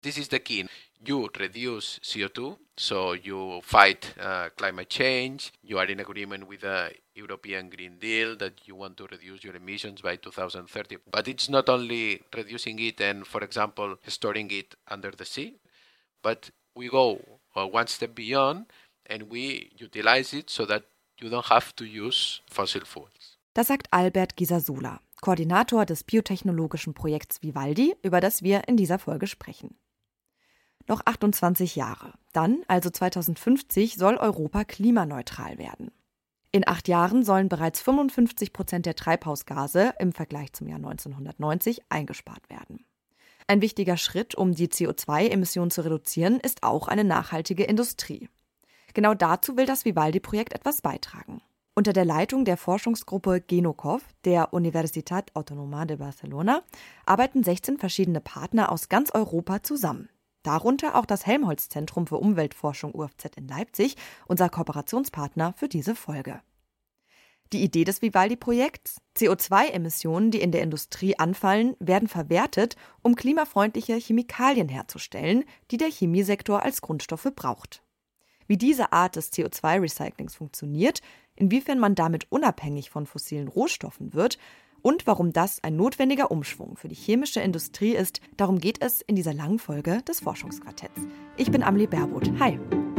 This is the key. You reduce CO2, so you fight climate change. You are in agreement with the European Green Deal that you want to reduce your emissions by 2030. But it's not only reducing it and, for example, storing it under the sea, but we go one step beyond and we utilize it so that you don't have to use fossil fuels. Das sagt Albert Gisasola, Koordinator des biotechnologischen Projekts Vivaldi, über das wir in dieser Folge sprechen. Noch 28 Jahre. Dann, also 2050, soll Europa klimaneutral werden. In 8 Jahren sollen bereits 55% der Treibhausgase im Vergleich zum Jahr 1990 eingespart werden. Ein wichtiger Schritt, um die CO2-Emissionen zu reduzieren, ist auch eine nachhaltige Industrie. Genau dazu will das Vivaldi-Projekt etwas beitragen. Unter der Leitung der Forschungsgruppe Genocov der Universitat Autónoma de Barcelona arbeiten 16 verschiedene Partner aus ganz Europa zusammen. Darunter auch das Helmholtz-Zentrum für Umweltforschung UFZ in Leipzig, unser Kooperationspartner für diese Folge. Die Idee des Vivaldi-Projekts: CO2-Emissionen, die in der Industrie anfallen, werden verwertet, um klimafreundliche Chemikalien herzustellen, die der Chemiesektor als Grundstoffe braucht. Wie diese Art des CO2-Recyclings funktioniert, inwiefern man damit unabhängig von fossilen Rohstoffen wird und warum das ein notwendiger Umschwung für die chemische Industrie ist, darum geht es in dieser langen Folge des Forschungsquartetts. Ich bin Amelie Baerboth. Hi.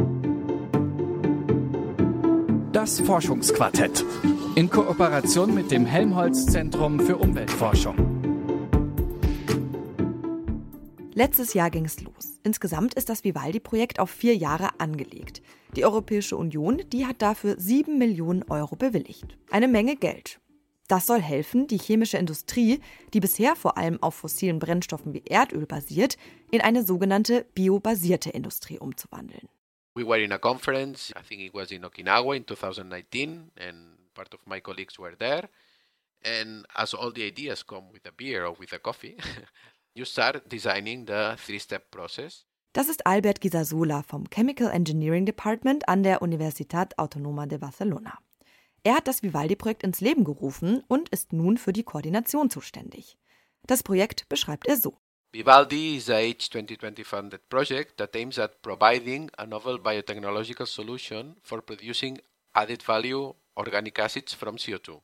Das Forschungsquartett in Kooperation mit dem Helmholtz-Zentrum für Umweltforschung. Letztes Jahr ging es los. Insgesamt ist das Vivaldi-Projekt auf 4 Jahre angelegt. Die Europäische Union, die hat dafür 7 Millionen Euro bewilligt. Eine Menge Geld. Das soll helfen, die chemische Industrie, die bisher vor allem auf fossilen Brennstoffen wie Erdöl basiert, in eine sogenannte biobasierte Industrie umzuwandeln. We were in a conference, I think it was in Okinawa in 2019, and part of my colleagues were there. And as all the ideas come with a beer or with a coffee, you start designing the 3-step process. Das ist Albert Gisasola vom Chemical Engineering Department an der Universitat Autónoma de Barcelona. Er hat das Vivaldi-Projekt ins Leben gerufen und ist nun für die Koordination zuständig. Das Projekt beschreibt er so. Vivaldi is a H2020 funded project that aims at providing a novel biotechnological solution for producing added value organic acids from CO2.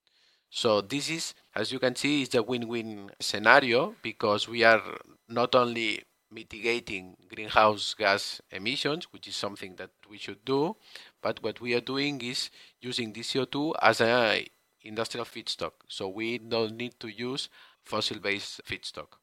So this is, as you can see, is a win-win scenario because we are not only mitigating greenhouse gas emissions, which is something that we should do, but what we are doing is using this CO2 as an industrial feedstock. So we don't need to use fossil-based feedstock.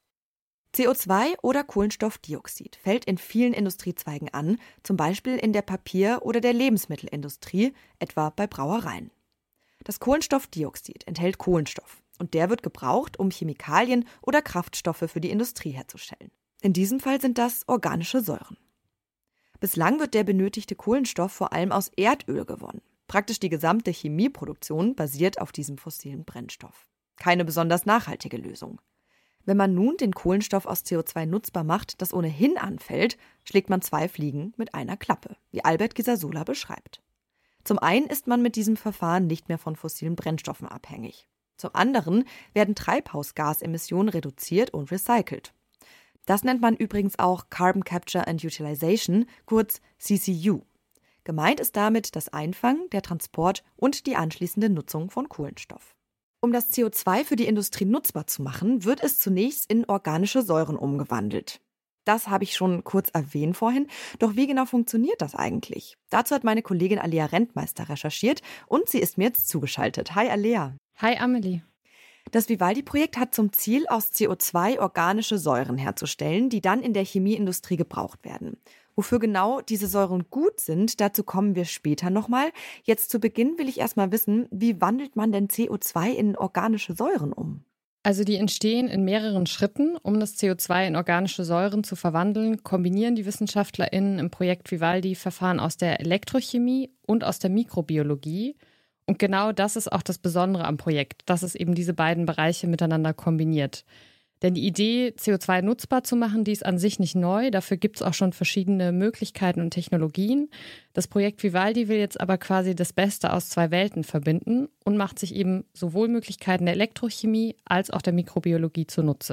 CO2 oder Kohlenstoffdioxid fällt in vielen Industriezweigen an, zum Beispiel in der Papier- oder der Lebensmittelindustrie, etwa bei Brauereien. Das Kohlenstoffdioxid enthält Kohlenstoff und der wird gebraucht, um Chemikalien oder Kraftstoffe für die Industrie herzustellen. In diesem Fall sind das organische Säuren. Bislang wird der benötigte Kohlenstoff vor allem aus Erdöl gewonnen. Praktisch die gesamte Chemieproduktion basiert auf diesem fossilen Brennstoff. Keine besonders nachhaltige Lösung. Wenn man nun den Kohlenstoff aus CO2 nutzbar macht, das ohnehin anfällt, schlägt man 2 Fliegen mit einer Klappe, wie Albert Gisasola beschreibt. Zum einen ist man mit diesem Verfahren nicht mehr von fossilen Brennstoffen abhängig. Zum anderen werden Treibhausgasemissionen reduziert und recycelt. Das nennt man übrigens auch Carbon Capture and Utilization, kurz CCU. Gemeint ist damit das Einfangen, der Transport und die anschließende Nutzung von Kohlenstoff. Um das CO2 für die Industrie nutzbar zu machen, wird es zunächst in organische Säuren umgewandelt. Das habe ich schon kurz erwähnt vorhin, doch wie genau funktioniert das eigentlich? Dazu hat meine Kollegin Alea Rentmeister recherchiert und sie ist mir jetzt zugeschaltet. Hi Alea. Hi Amelie. Das Vivaldi-Projekt hat zum Ziel, aus CO2 organische Säuren herzustellen, die dann in der Chemieindustrie gebraucht werden. Wofür genau diese Säuren gut sind, dazu kommen wir später nochmal. Jetzt zu Beginn will ich erstmal wissen, wie wandelt man denn CO2 in organische Säuren um? Also die entstehen in mehreren Schritten. Um das CO2 in organische Säuren zu verwandeln, kombinieren die WissenschaftlerInnen im Projekt Vivaldi Verfahren aus der Elektrochemie und aus der Mikrobiologie. Und genau das ist auch das Besondere am Projekt, dass es eben diese beiden Bereiche miteinander kombiniert. Denn die Idee, CO2 nutzbar zu machen, die ist an sich nicht neu. Dafür gibt es auch schon verschiedene Möglichkeiten und Technologien. Das Projekt Vivaldi will jetzt aber quasi das Beste aus 2 Welten verbinden und macht sich eben sowohl Möglichkeiten der Elektrochemie als auch der Mikrobiologie zunutze.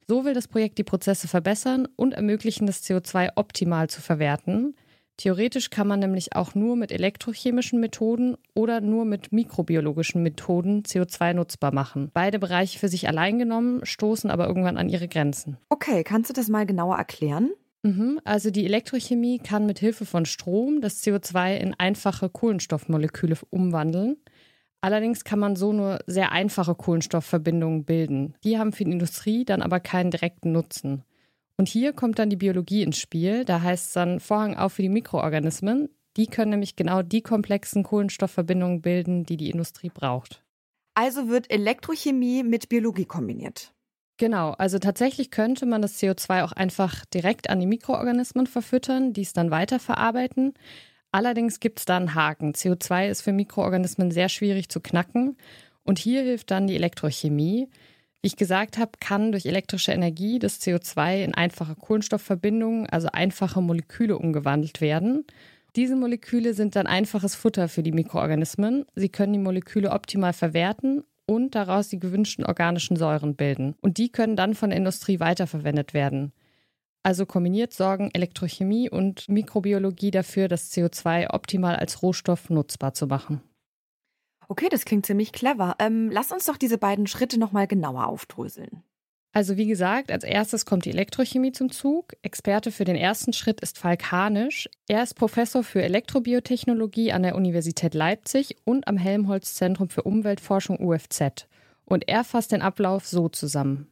So will das Projekt die Prozesse verbessern und ermöglichen, das CO2 optimal zu verwerten. Theoretisch kann man nämlich auch nur mit elektrochemischen Methoden oder nur mit mikrobiologischen Methoden CO2 nutzbar machen. Beide Bereiche für sich allein genommen stoßen aber irgendwann an ihre Grenzen. Okay, kannst du das mal genauer erklären? Also die Elektrochemie kann mit Hilfe von Strom das CO2 in einfache Kohlenstoffmoleküle umwandeln. Allerdings kann man so nur sehr einfache Kohlenstoffverbindungen bilden. Die haben für die Industrie dann aber keinen direkten Nutzen. Und hier kommt dann die Biologie ins Spiel. Da heißt es dann Vorhang auf für die Mikroorganismen. Die können nämlich genau die komplexen Kohlenstoffverbindungen bilden, die die Industrie braucht. Also wird Elektrochemie mit Biologie kombiniert. Genau, also tatsächlich könnte man das CO2 auch einfach direkt an die Mikroorganismen verfüttern, die es dann weiterverarbeiten. Allerdings gibt es da einen Haken. CO2 ist für Mikroorganismen sehr schwierig zu knacken. Und hier hilft dann die Elektrochemie. Wie ich gesagt habe, kann durch elektrische Energie das CO2 in einfache Kohlenstoffverbindungen, also einfache Moleküle, umgewandelt werden. Diese Moleküle sind dann einfaches Futter für die Mikroorganismen. Sie können die Moleküle optimal verwerten und daraus die gewünschten organischen Säuren bilden. Und die können dann von der Industrie weiterverwendet werden. Also kombiniert sorgen Elektrochemie und Mikrobiologie dafür, das CO2 optimal als Rohstoff nutzbar zu machen. Okay, das klingt ziemlich clever. Lass uns doch diese beiden Schritte nochmal genauer aufdröseln. Also wie gesagt, als erstes kommt die Elektrochemie zum Zug. Experte für den ersten Schritt ist Falk Hanisch. Er ist Professor für Elektrobiotechnologie an der Universität Leipzig und am Helmholtz-Zentrum für Umweltforschung UFZ. Und er fasst den Ablauf so zusammen.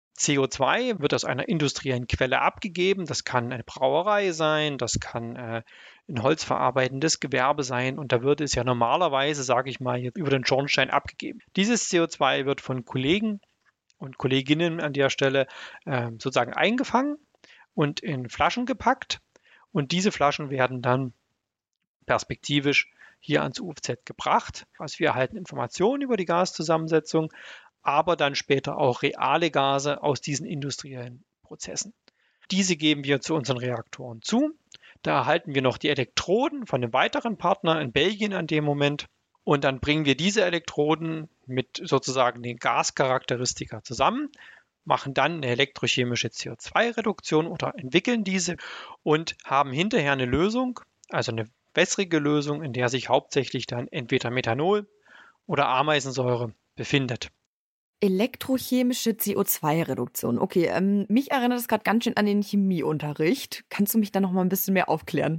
CO2 wird aus einer industriellen Quelle abgegeben. Das kann eine Brauerei sein, das kann ein holzverarbeitendes Gewerbe sein. Und da wird es ja normalerweise, sage ich mal, über den Schornstein abgegeben. Dieses CO2 wird von Kollegen und Kolleginnen an der Stelle sozusagen eingefangen und in Flaschen gepackt. Und diese Flaschen werden dann perspektivisch hier ans UFZ gebracht. Also wir erhalten Informationen über die Gaszusammensetzung, aber dann später auch reale Gase aus diesen industriellen Prozessen. Diese geben wir zu unseren Reaktoren zu. Da erhalten wir noch die Elektroden von einem weiteren Partner in Belgien an dem Moment. Und dann bringen wir diese Elektroden mit sozusagen den Gascharakteristika zusammen, machen dann eine elektrochemische CO2-Reduktion oder entwickeln diese und haben hinterher eine Lösung, also eine wässrige Lösung, in der sich hauptsächlich dann entweder Methanol oder Ameisensäure befindet. Elektrochemische CO2-Reduktion. Okay, mich erinnert das gerade ganz schön an den Chemieunterricht. Kannst du mich da noch mal ein bisschen mehr aufklären?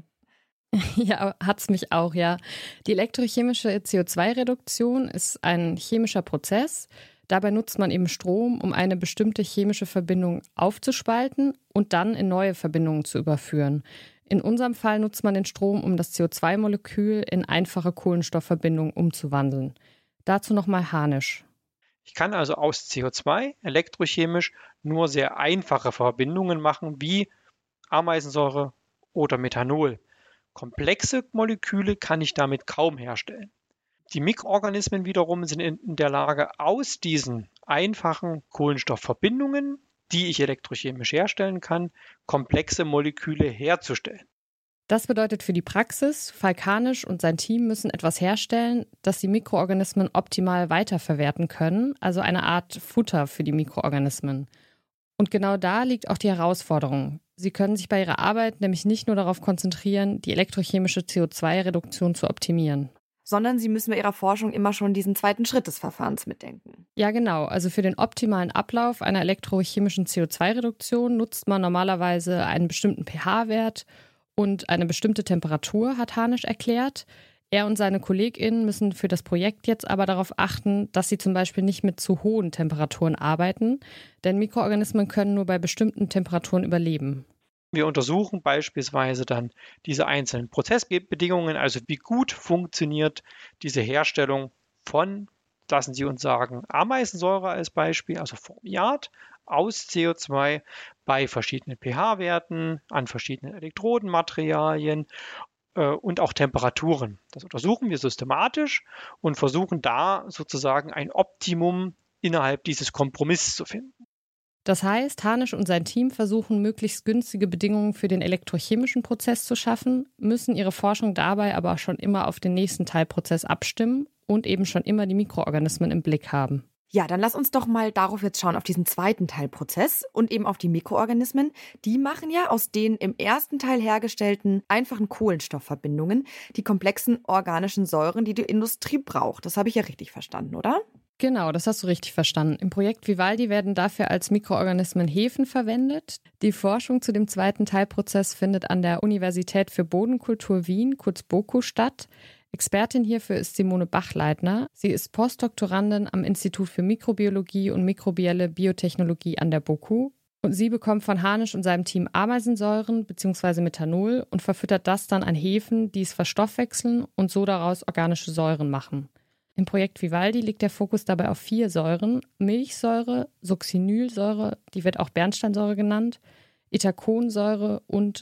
Ja, hat's mich auch, ja. Die elektrochemische CO2-Reduktion ist ein chemischer Prozess. Dabei nutzt man eben Strom, um eine bestimmte chemische Verbindung aufzuspalten und dann in neue Verbindungen zu überführen. In unserem Fall nutzt man den Strom, um das CO2-Molekül in einfache Kohlenstoffverbindungen umzuwandeln. Dazu nochmal Hanisch. Ich kann also aus CO2 elektrochemisch nur sehr einfache Verbindungen machen, wie Ameisensäure oder Methanol. Komplexe Moleküle kann ich damit kaum herstellen. Die Mikroorganismen wiederum sind in der Lage, aus diesen einfachen Kohlenstoffverbindungen, die ich elektrochemisch herstellen kann, komplexe Moleküle herzustellen. Das bedeutet für die Praxis, Falk Hanisch und sein Team müssen etwas herstellen, das die Mikroorganismen optimal weiterverwerten können, also eine Art Futter für die Mikroorganismen. Und genau da liegt auch die Herausforderung. Sie können sich bei ihrer Arbeit nämlich nicht nur darauf konzentrieren, die elektrochemische CO2-Reduktion zu optimieren. Sondern sie müssen bei ihrer Forschung immer schon diesen zweiten Schritt des Verfahrens mitdenken. Ja, genau. Also für den optimalen Ablauf einer elektrochemischen CO2-Reduktion nutzt man normalerweise einen bestimmten pH-Wert und eine bestimmte Temperatur, hat Hanisch erklärt. Er und seine KollegInnen müssen für das Projekt jetzt aber darauf achten, dass sie zum Beispiel nicht mit zu hohen Temperaturen arbeiten, denn Mikroorganismen können nur bei bestimmten Temperaturen überleben. Wir untersuchen beispielsweise dann diese einzelnen Prozessbedingungen, also wie gut funktioniert diese Herstellung von, lassen Sie uns sagen, Ameisensäure als Beispiel, also Formiat aus CO2 bei verschiedenen pH-Werten, an verschiedenen Elektrodenmaterialien und auch Temperaturen. Das untersuchen wir systematisch und versuchen da sozusagen ein Optimum innerhalb dieses Kompromisses zu finden. Das heißt, Hanisch und sein Team versuchen, möglichst günstige Bedingungen für den elektrochemischen Prozess zu schaffen, müssen ihre Forschung dabei aber auch schon immer auf den nächsten Teilprozess abstimmen und eben schon immer die Mikroorganismen im Blick haben. Ja, dann lass uns doch mal darauf jetzt schauen, auf diesen zweiten Teilprozess und eben auf die Mikroorganismen. Die machen ja aus den im ersten Teil hergestellten einfachen Kohlenstoffverbindungen die komplexen organischen Säuren, die die Industrie braucht. Das habe ich ja richtig verstanden, oder? Genau, das hast du richtig verstanden. Im Projekt Vivaldi werden dafür als Mikroorganismen Hefen verwendet. Die Forschung zu dem zweiten Teilprozess findet an der Universität für Bodenkultur Wien, kurz BOKU, statt. Expertin hierfür ist Simone Bachleitner. Sie ist Postdoktorandin am Institut für Mikrobiologie und mikrobielle Biotechnologie an der BOKU. Und sie bekommt von Hanisch und seinem Team Ameisensäuren bzw. Methanol und verfüttert das dann an Hefen, die es verstoffwechseln und so daraus organische Säuren machen. Im Projekt Vivaldi liegt der Fokus dabei auf 4 Säuren: Milchsäure, Succinylsäure, die wird auch Bernsteinsäure genannt, Itaconsäure und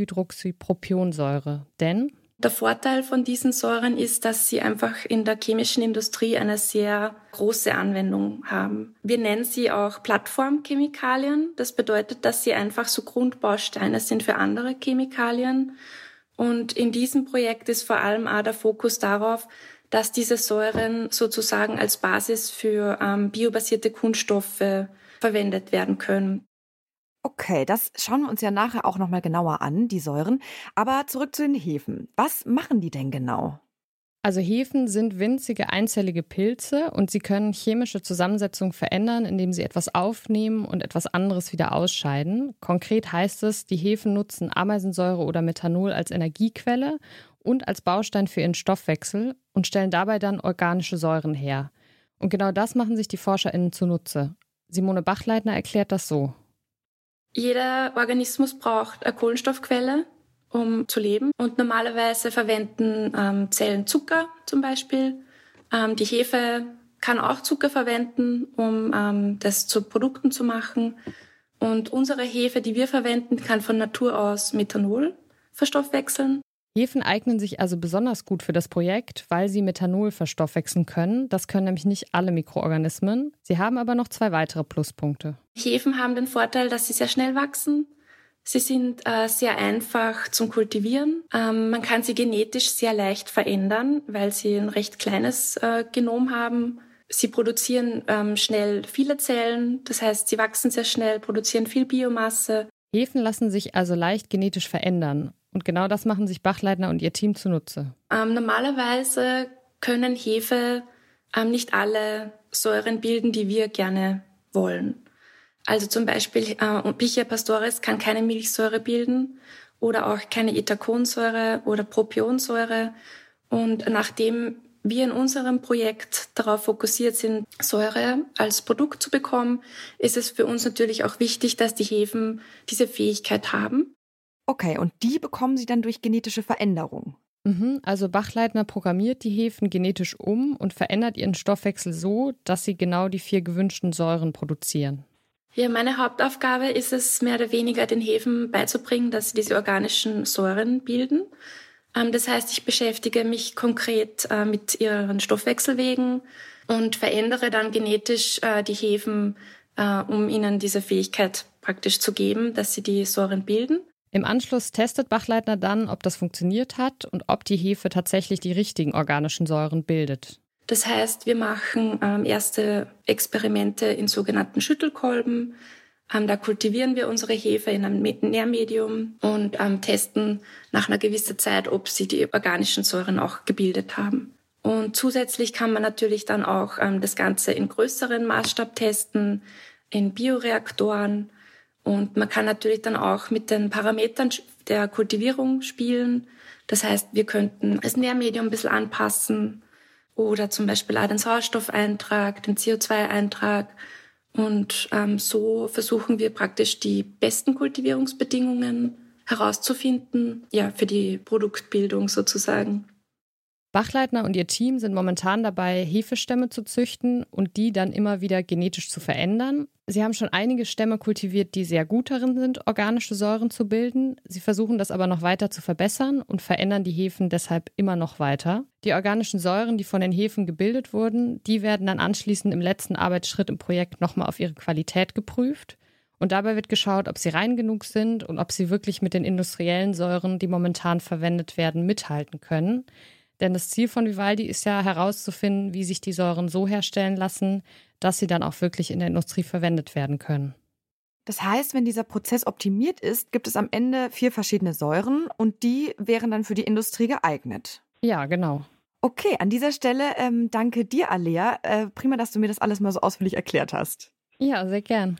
3-Hydroxypropionsäure. Denn der Vorteil von diesen Säuren ist, dass sie einfach in der chemischen Industrie eine sehr große Anwendung haben. Wir nennen sie auch Plattformchemikalien. Das bedeutet, dass sie einfach so Grundbausteine sind für andere Chemikalien. Und in diesem Projekt ist vor allem auch der Fokus darauf, dass diese Säuren sozusagen als Basis für biobasierte Kunststoffe verwendet werden können. Okay, das schauen wir uns ja nachher auch nochmal genauer an, die Säuren. Aber zurück zu den Hefen. Was machen die denn genau? Also Hefen sind winzige einzellige Pilze und sie können chemische Zusammensetzung verändern, indem sie etwas aufnehmen und etwas anderes wieder ausscheiden. Konkret heißt es, die Hefen nutzen Ameisensäure oder Methanol als Energiequelle und als Baustein für ihren Stoffwechsel und stellen dabei dann organische Säuren her. Und genau das machen sich die ForscherInnen zunutze. Simone Bachleitner erklärt das so. Jeder Organismus braucht eine Kohlenstoffquelle, um zu leben. Und normalerweise verwenden Zellen Zucker zum Beispiel. Die Hefe kann auch Zucker verwenden, um das zu Produkten zu machen. Und unsere Hefe, die wir verwenden, kann von Natur aus Methanol verstoffwechseln. Hefen eignen sich also besonders gut für das Projekt, weil sie Methanol verstoffwechseln können. Das können nämlich nicht alle Mikroorganismen. Sie haben aber noch 2 weitere Pluspunkte. Hefen haben den Vorteil, dass sie sehr schnell wachsen. Sie sind sehr einfach zum Kultivieren. Man kann sie genetisch sehr leicht verändern, weil sie ein recht kleines Genom haben. Sie produzieren schnell viele Zellen, das heißt, sie wachsen sehr schnell, produzieren viel Biomasse. Hefen lassen sich also leicht genetisch verändern. Und genau das machen sich Bachleitner und ihr Team zunutze. Normalerweise können Hefe nicht alle Säuren bilden, die wir gerne wollen. Also zum Beispiel Pichia pastoris kann keine Milchsäure bilden oder auch keine Itaconsäure oder Propionsäure. Und nachdem wir in unserem Projekt darauf fokussiert sind, Säure als Produkt zu bekommen, ist es für uns natürlich auch wichtig, dass die Hefen diese Fähigkeit haben. Okay, und die bekommen sie dann durch genetische Veränderung? Also Bachleitner programmiert die Hefen genetisch um und verändert ihren Stoffwechsel so, dass sie genau die 4 gewünschten Säuren produzieren. Ja, meine Hauptaufgabe ist es, mehr oder weniger den Hefen beizubringen, dass sie diese organischen Säuren bilden. Das heißt, ich beschäftige mich konkret mit ihren Stoffwechselwegen und verändere dann genetisch die Hefen, um ihnen diese Fähigkeit praktisch zu geben, dass sie die Säuren bilden. Im Anschluss testet Bachleitner dann, ob das funktioniert hat und ob die Hefe tatsächlich die richtigen organischen Säuren bildet. Das heißt, wir machen erste Experimente in sogenannten Schüttelkolben. Da kultivieren wir unsere Hefe in einem Nährmedium und testen nach einer gewissen Zeit, ob sie die organischen Säuren auch gebildet haben. Und zusätzlich kann man natürlich dann auch das Ganze in größeren Maßstab testen, in Bioreaktoren. Und man kann natürlich dann auch mit den Parametern der Kultivierung spielen. Das heißt, wir könnten das Nährmedium ein bisschen anpassen oder zum Beispiel auch den Sauerstoffeintrag, den CO2-Eintrag. Und so versuchen wir praktisch die besten Kultivierungsbedingungen herauszufinden, ja, für die Produktbildung sozusagen. Bachleitner und ihr Team sind momentan dabei, Hefestämme zu züchten und die dann immer wieder genetisch zu verändern. Sie haben schon einige Stämme kultiviert, die sehr gut darin sind, organische Säuren zu bilden. Sie versuchen das aber noch weiter zu verbessern und verändern die Hefen deshalb immer noch weiter. Die organischen Säuren, die von den Hefen gebildet wurden, die werden dann anschließend im letzten Arbeitsschritt im Projekt nochmal auf ihre Qualität geprüft. Und dabei wird geschaut, ob sie rein genug sind und ob sie wirklich mit den industriellen Säuren, die momentan verwendet werden, mithalten können. Denn das Ziel von Vivaldi ist ja herauszufinden, wie sich die Säuren so herstellen lassen, dass sie dann auch wirklich in der Industrie verwendet werden können. Das heißt, wenn dieser Prozess optimiert ist, gibt es am Ende 4 verschiedene Säuren und die wären dann für die Industrie geeignet. Ja, genau. Okay, an dieser Stelle danke dir, Alea. Prima, dass du mir das alles mal so ausführlich erklärt hast. Ja, sehr gern.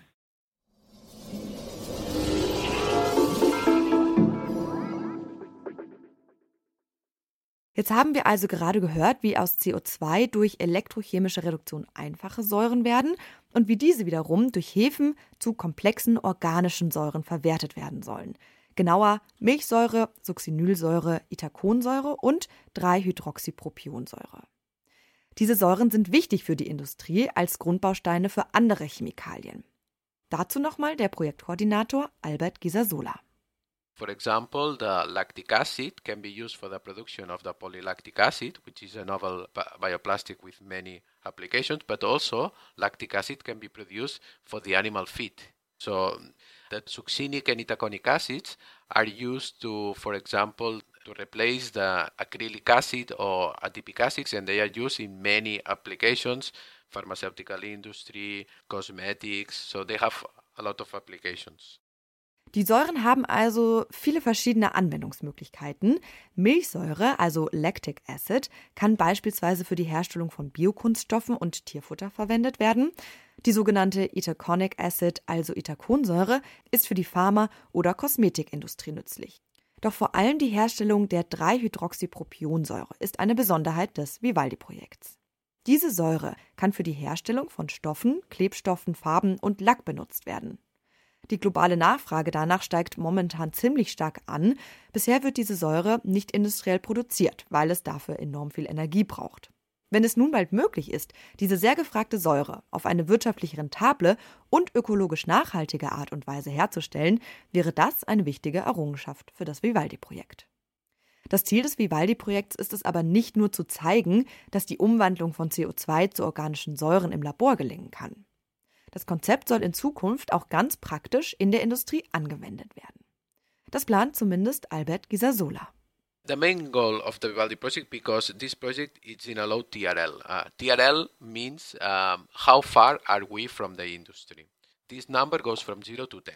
Jetzt haben wir also gerade gehört, wie aus CO2 durch elektrochemische Reduktion einfache Säuren werden und wie diese wiederum durch Hefen zu komplexen organischen Säuren verwertet werden sollen. Genauer Milchsäure, Succinylsäure, Itaconsäure und 3-Hydroxypropionsäure. Diese Säuren sind wichtig für die Industrie als Grundbausteine für andere Chemikalien. Dazu nochmal der Projektkoordinator Albert Gisasola. For example, the lactic acid can be used for the production of the polylactic acid, which is a novel bioplastic with many applications, but also lactic acid can be produced for the animal feed. So the succinic and itaconic acids are used to, for example, to replace the acrylic acid or adipic acids, and they are used in many applications, pharmaceutical industry, cosmetics, so they have a lot of applications. Die Säuren haben also viele verschiedene Anwendungsmöglichkeiten. Milchsäure, also Lactic Acid, kann beispielsweise für die Herstellung von Biokunststoffen und Tierfutter verwendet werden. Die sogenannte Itaconic Acid, also Itaconsäure, ist für die Pharma- oder Kosmetikindustrie nützlich. Doch vor allem die Herstellung der 3-Hydroxypropionsäure ist eine Besonderheit des Vivaldi-Projekts. Diese Säure kann für die Herstellung von Stoffen, Klebstoffen, Farben und Lack benutzt werden. Die globale Nachfrage danach steigt momentan ziemlich stark an. Bisher wird diese Säure nicht industriell produziert, weil es dafür enorm viel Energie braucht. Wenn es nun bald möglich ist, diese sehr gefragte Säure auf eine wirtschaftlich rentable und ökologisch nachhaltige Art und Weise herzustellen, wäre das eine wichtige Errungenschaft für das Vivaldi-Projekt. Das Ziel des Vivaldi-Projekts ist es aber nicht nur zu zeigen, dass die Umwandlung von CO2 zu organischen Säuren im Labor gelingen kann. Das Konzept soll in Zukunft auch ganz praktisch in der Industrie angewendet werden. Das plant zumindest Albert Gisasola. The main goal of the Vivaldi project, because this project is in a low TRL. TRL means how far are we from the industry. This number goes from 0 to 10.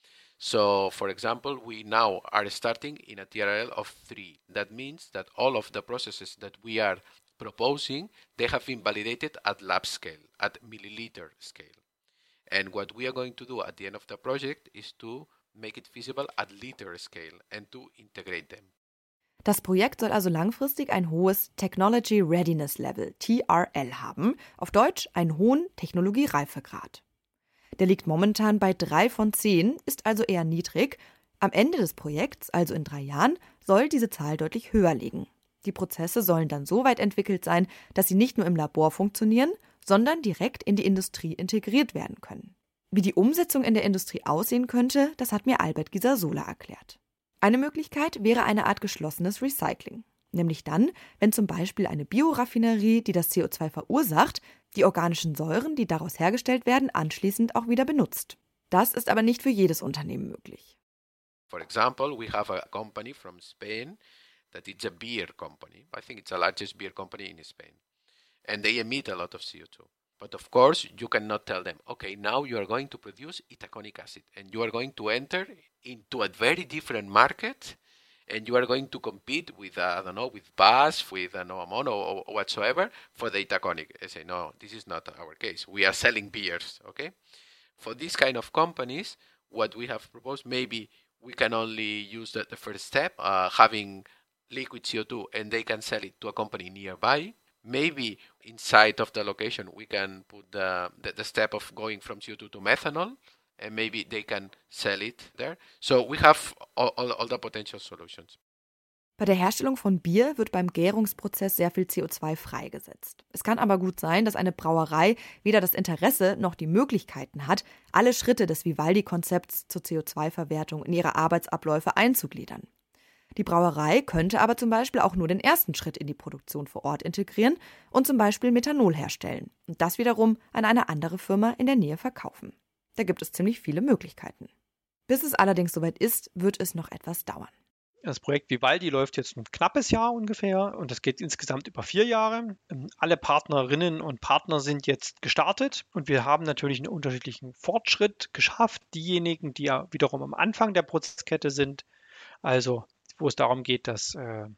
So, for example, we now are starting in a TRL of 3. That means that all of the processes that we are proposing, they have been validated at lab scale, at milliliter scale. And what we are going to do at the end of the project is to make it feasible at liter scale and to integrate them. Das Projekt soll also langfristig ein hohes Technology Readiness Level, TRL, haben, auf Deutsch einen hohen Technologiereifegrad. Der liegt momentan bei 3 von 10, ist also eher niedrig. Am Ende des Projekts, also in 3 Jahren, soll diese Zahl deutlich höher liegen. Die Prozesse sollen dann so weit entwickelt sein, dass sie nicht nur im Labor funktionieren, sondern direkt in die Industrie integriert werden können. Wie die Umsetzung in der Industrie aussehen könnte, das hat mir Albert Gisasola erklärt. Eine Möglichkeit wäre eine Art geschlossenes Recycling. Nämlich dann, wenn zum Beispiel eine Bioraffinerie, die das CO2 verursacht, die organischen Säuren, die daraus hergestellt werden, anschließend auch wieder benutzt. Das ist aber nicht für jedes Unternehmen möglich. For example, we have a company from Spain that is a beer company. I think it's the largest beer company in Spain. And they emit a lot of CO2. But of course, you cannot tell them, okay, now you are going to produce itaconic acid and you are going to enter into a very different market and you are going to compete with, with BASF, with Ammono or whatsoever for the itaconic. I say, no, this is not our case. We are selling beers, okay? For these kind of companies, what we have proposed, maybe we can only use the first step, having liquid CO2 and they can sell it to a company nearby. Maybe inside of the location we can put the step of going from CO2 to methanol, and maybe they can sell it there. So we have all the potential solutions. Bei der Herstellung von Bier wird beim Gärungsprozess sehr viel CO2 freigesetzt. Es kann aber gut sein, dass eine Brauerei weder das Interesse noch die Möglichkeiten hat, alle Schritte des Vivaldi-Konzepts zur CO2-Verwertung in ihre Arbeitsabläufe einzugliedern. Die Brauerei könnte aber zum Beispiel auch nur den ersten Schritt in die Produktion vor Ort integrieren und zum Beispiel Methanol herstellen und das wiederum an eine andere Firma in der Nähe verkaufen. Da gibt es ziemlich viele Möglichkeiten. Bis es allerdings soweit ist, wird es noch etwas dauern. Das Projekt Vivaldi läuft jetzt ein knappes Jahr ungefähr und das geht insgesamt über 4 Jahre. Alle Partnerinnen und Partner sind jetzt gestartet und wir haben natürlich einen unterschiedlichen Fortschritt geschafft. Diejenigen, die ja wiederum am Anfang der Prozesskette sind, also wo es darum geht, das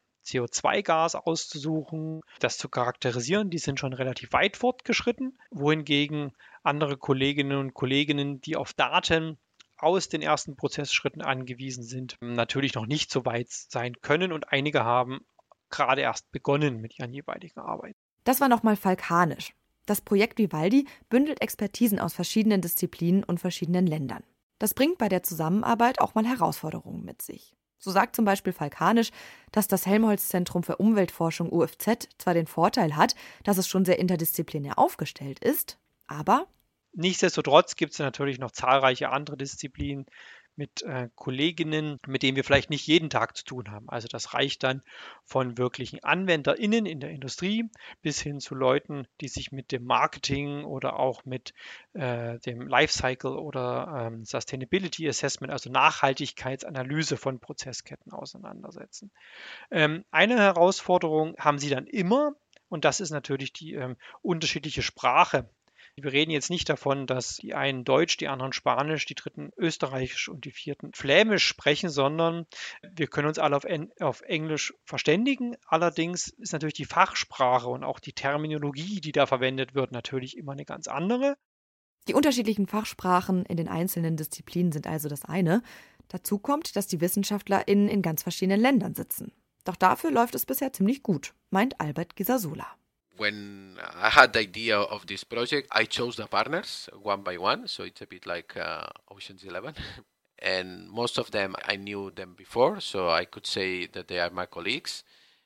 CO2-Gas auszusuchen, das zu charakterisieren, die sind schon relativ weit fortgeschritten, wohingegen andere Kolleginnen und Kollegen, die auf Daten aus den ersten Prozessschritten angewiesen sind, natürlich noch nicht so weit sein können und einige haben gerade erst begonnen mit ihren jeweiligen Arbeiten. Das war nochmal Falk Hanisch. Das Projekt Vivaldi bündelt Expertisen aus verschiedenen Disziplinen und verschiedenen Ländern. Das bringt bei der Zusammenarbeit auch mal Herausforderungen mit sich. So sagt zum Beispiel Falk Hanisch, dass das Helmholtz-Zentrum für Umweltforschung UFZ zwar den Vorteil hat, dass es schon sehr interdisziplinär aufgestellt ist, aber nichtsdestotrotz gibt es natürlich noch zahlreiche andere Disziplinen mit Kolleginnen, mit denen wir vielleicht nicht jeden Tag zu tun haben. Also das reicht dann von wirklichen AnwenderInnen in der Industrie bis hin zu Leuten, die sich mit dem Marketing oder auch mit dem Lifecycle oder Sustainability Assessment, also Nachhaltigkeitsanalyse von Prozessketten auseinandersetzen. Eine Herausforderung haben sie dann immer, und das ist natürlich die unterschiedliche Sprache. Wir reden jetzt nicht davon, dass die einen Deutsch, die anderen Spanisch, die dritten Österreichisch und die vierten Flämisch sprechen, sondern wir können uns alle auf Englisch verständigen. Allerdings ist natürlich die Fachsprache und auch die Terminologie, die da verwendet wird, natürlich immer eine ganz andere. Die unterschiedlichen Fachsprachen in den einzelnen Disziplinen sind also das eine. Dazu kommt, dass die WissenschaftlerInnen in ganz verschiedenen Ländern sitzen. Doch dafür läuft es bisher ziemlich gut, meint Albert Gisasola. When I had the idea of this project, I chose the partners one by one, so it's a bit like Ocean's 11. And most of them, I knew them before, so I could say that they are my colleagues.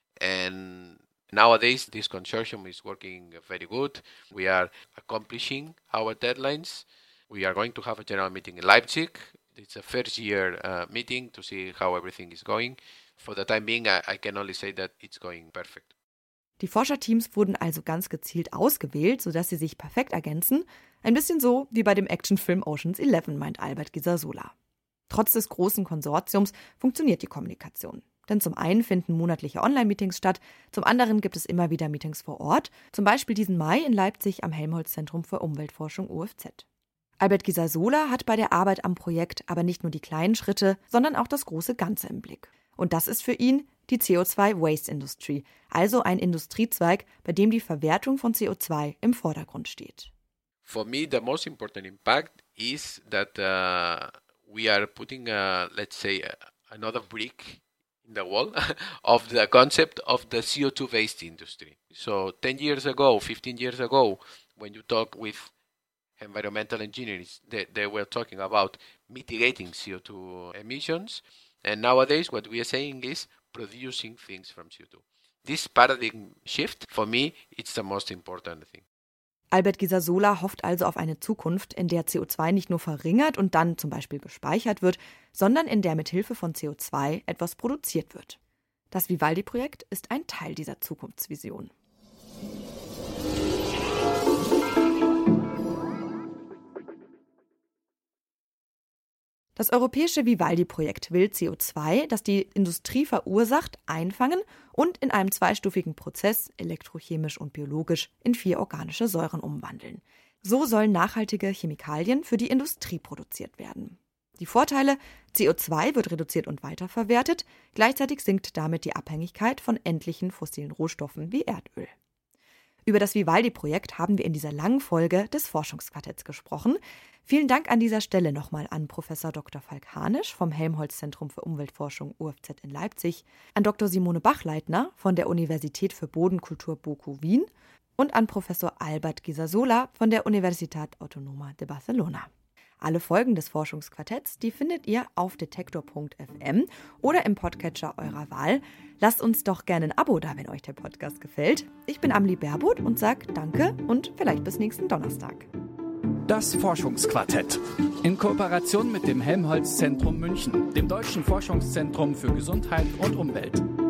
And nowadays, this consortium is working very good. We are accomplishing our deadlines. We are going to have a general meeting in Leipzig. It's a first year meeting to see how everything is going. For the time being, I can only say that it's going perfect. Die Forscherteams wurden also ganz gezielt ausgewählt, sodass sie sich perfekt ergänzen. Ein bisschen so wie bei dem Actionfilm Ocean's 11, meint Albert Gisasola. Trotz des großen Konsortiums funktioniert die Kommunikation. Denn zum einen finden monatliche Online-Meetings statt, zum anderen gibt es immer wieder Meetings vor Ort, zum Beispiel diesen Mai in Leipzig am Helmholtz-Zentrum für Umweltforschung UFZ. Albert Gisasola hat bei der Arbeit am Projekt aber nicht nur die kleinen Schritte, sondern auch das große Ganze im Blick. Und das ist für ihn die CO2-Waste-Industrie, also ein Industriezweig, bei dem die Verwertung von CO2 im Vordergrund steht. For me, the most important impact is that we are putting, let's say, another brick in the wall of the concept of the CO2 waste industry. So 10 years ago, 15 years ago, when you talk with environmental engineers, they were talking about mitigating CO2 emissions. And nowadays, what we are saying is producing things from CO2. This paradigm shift, for me, it's the most important thing. Albert Gisasola hofft also auf eine Zukunft, in der CO2 nicht nur verringert und dann zum Beispiel gespeichert wird, sondern in der mit Hilfe von CO2 etwas produziert wird. Das Vivaldi-Projekt ist ein Teil dieser Zukunftsvision. Das europäische Vivaldi-Projekt will CO2, das die Industrie verursacht, einfangen und in einem zweistufigen Prozess, elektrochemisch und biologisch, in 4 organische Säuren umwandeln. So sollen nachhaltige Chemikalien für die Industrie produziert werden. Die Vorteile: CO2 wird reduziert und weiterverwertet, gleichzeitig sinkt damit die Abhängigkeit von endlichen fossilen Rohstoffen wie Erdöl. Über das Vivaldi-Projekt haben wir in dieser langen Folge des Forschungsquartetts gesprochen. Vielen Dank an dieser Stelle nochmal an Prof. Dr. Falk Hanisch vom Helmholtz-Zentrum für Umweltforschung UFZ in Leipzig, an Dr. Simone Bachleitner von der Universität für Bodenkultur BOKU Wien und an Prof. Albert Gisasola von der Universitat Autonoma de Barcelona. Alle Folgen des Forschungsquartetts, die findet ihr auf detektor.fm oder im Podcatcher eurer Wahl. Lasst uns doch gerne ein Abo da, wenn euch der Podcast gefällt. Ich bin Amelie Baerbuth und sage Danke und vielleicht bis nächsten Donnerstag. Das Forschungsquartett. In Kooperation mit dem Helmholtz-Zentrum München, dem Deutschen Forschungszentrum für Gesundheit und Umwelt.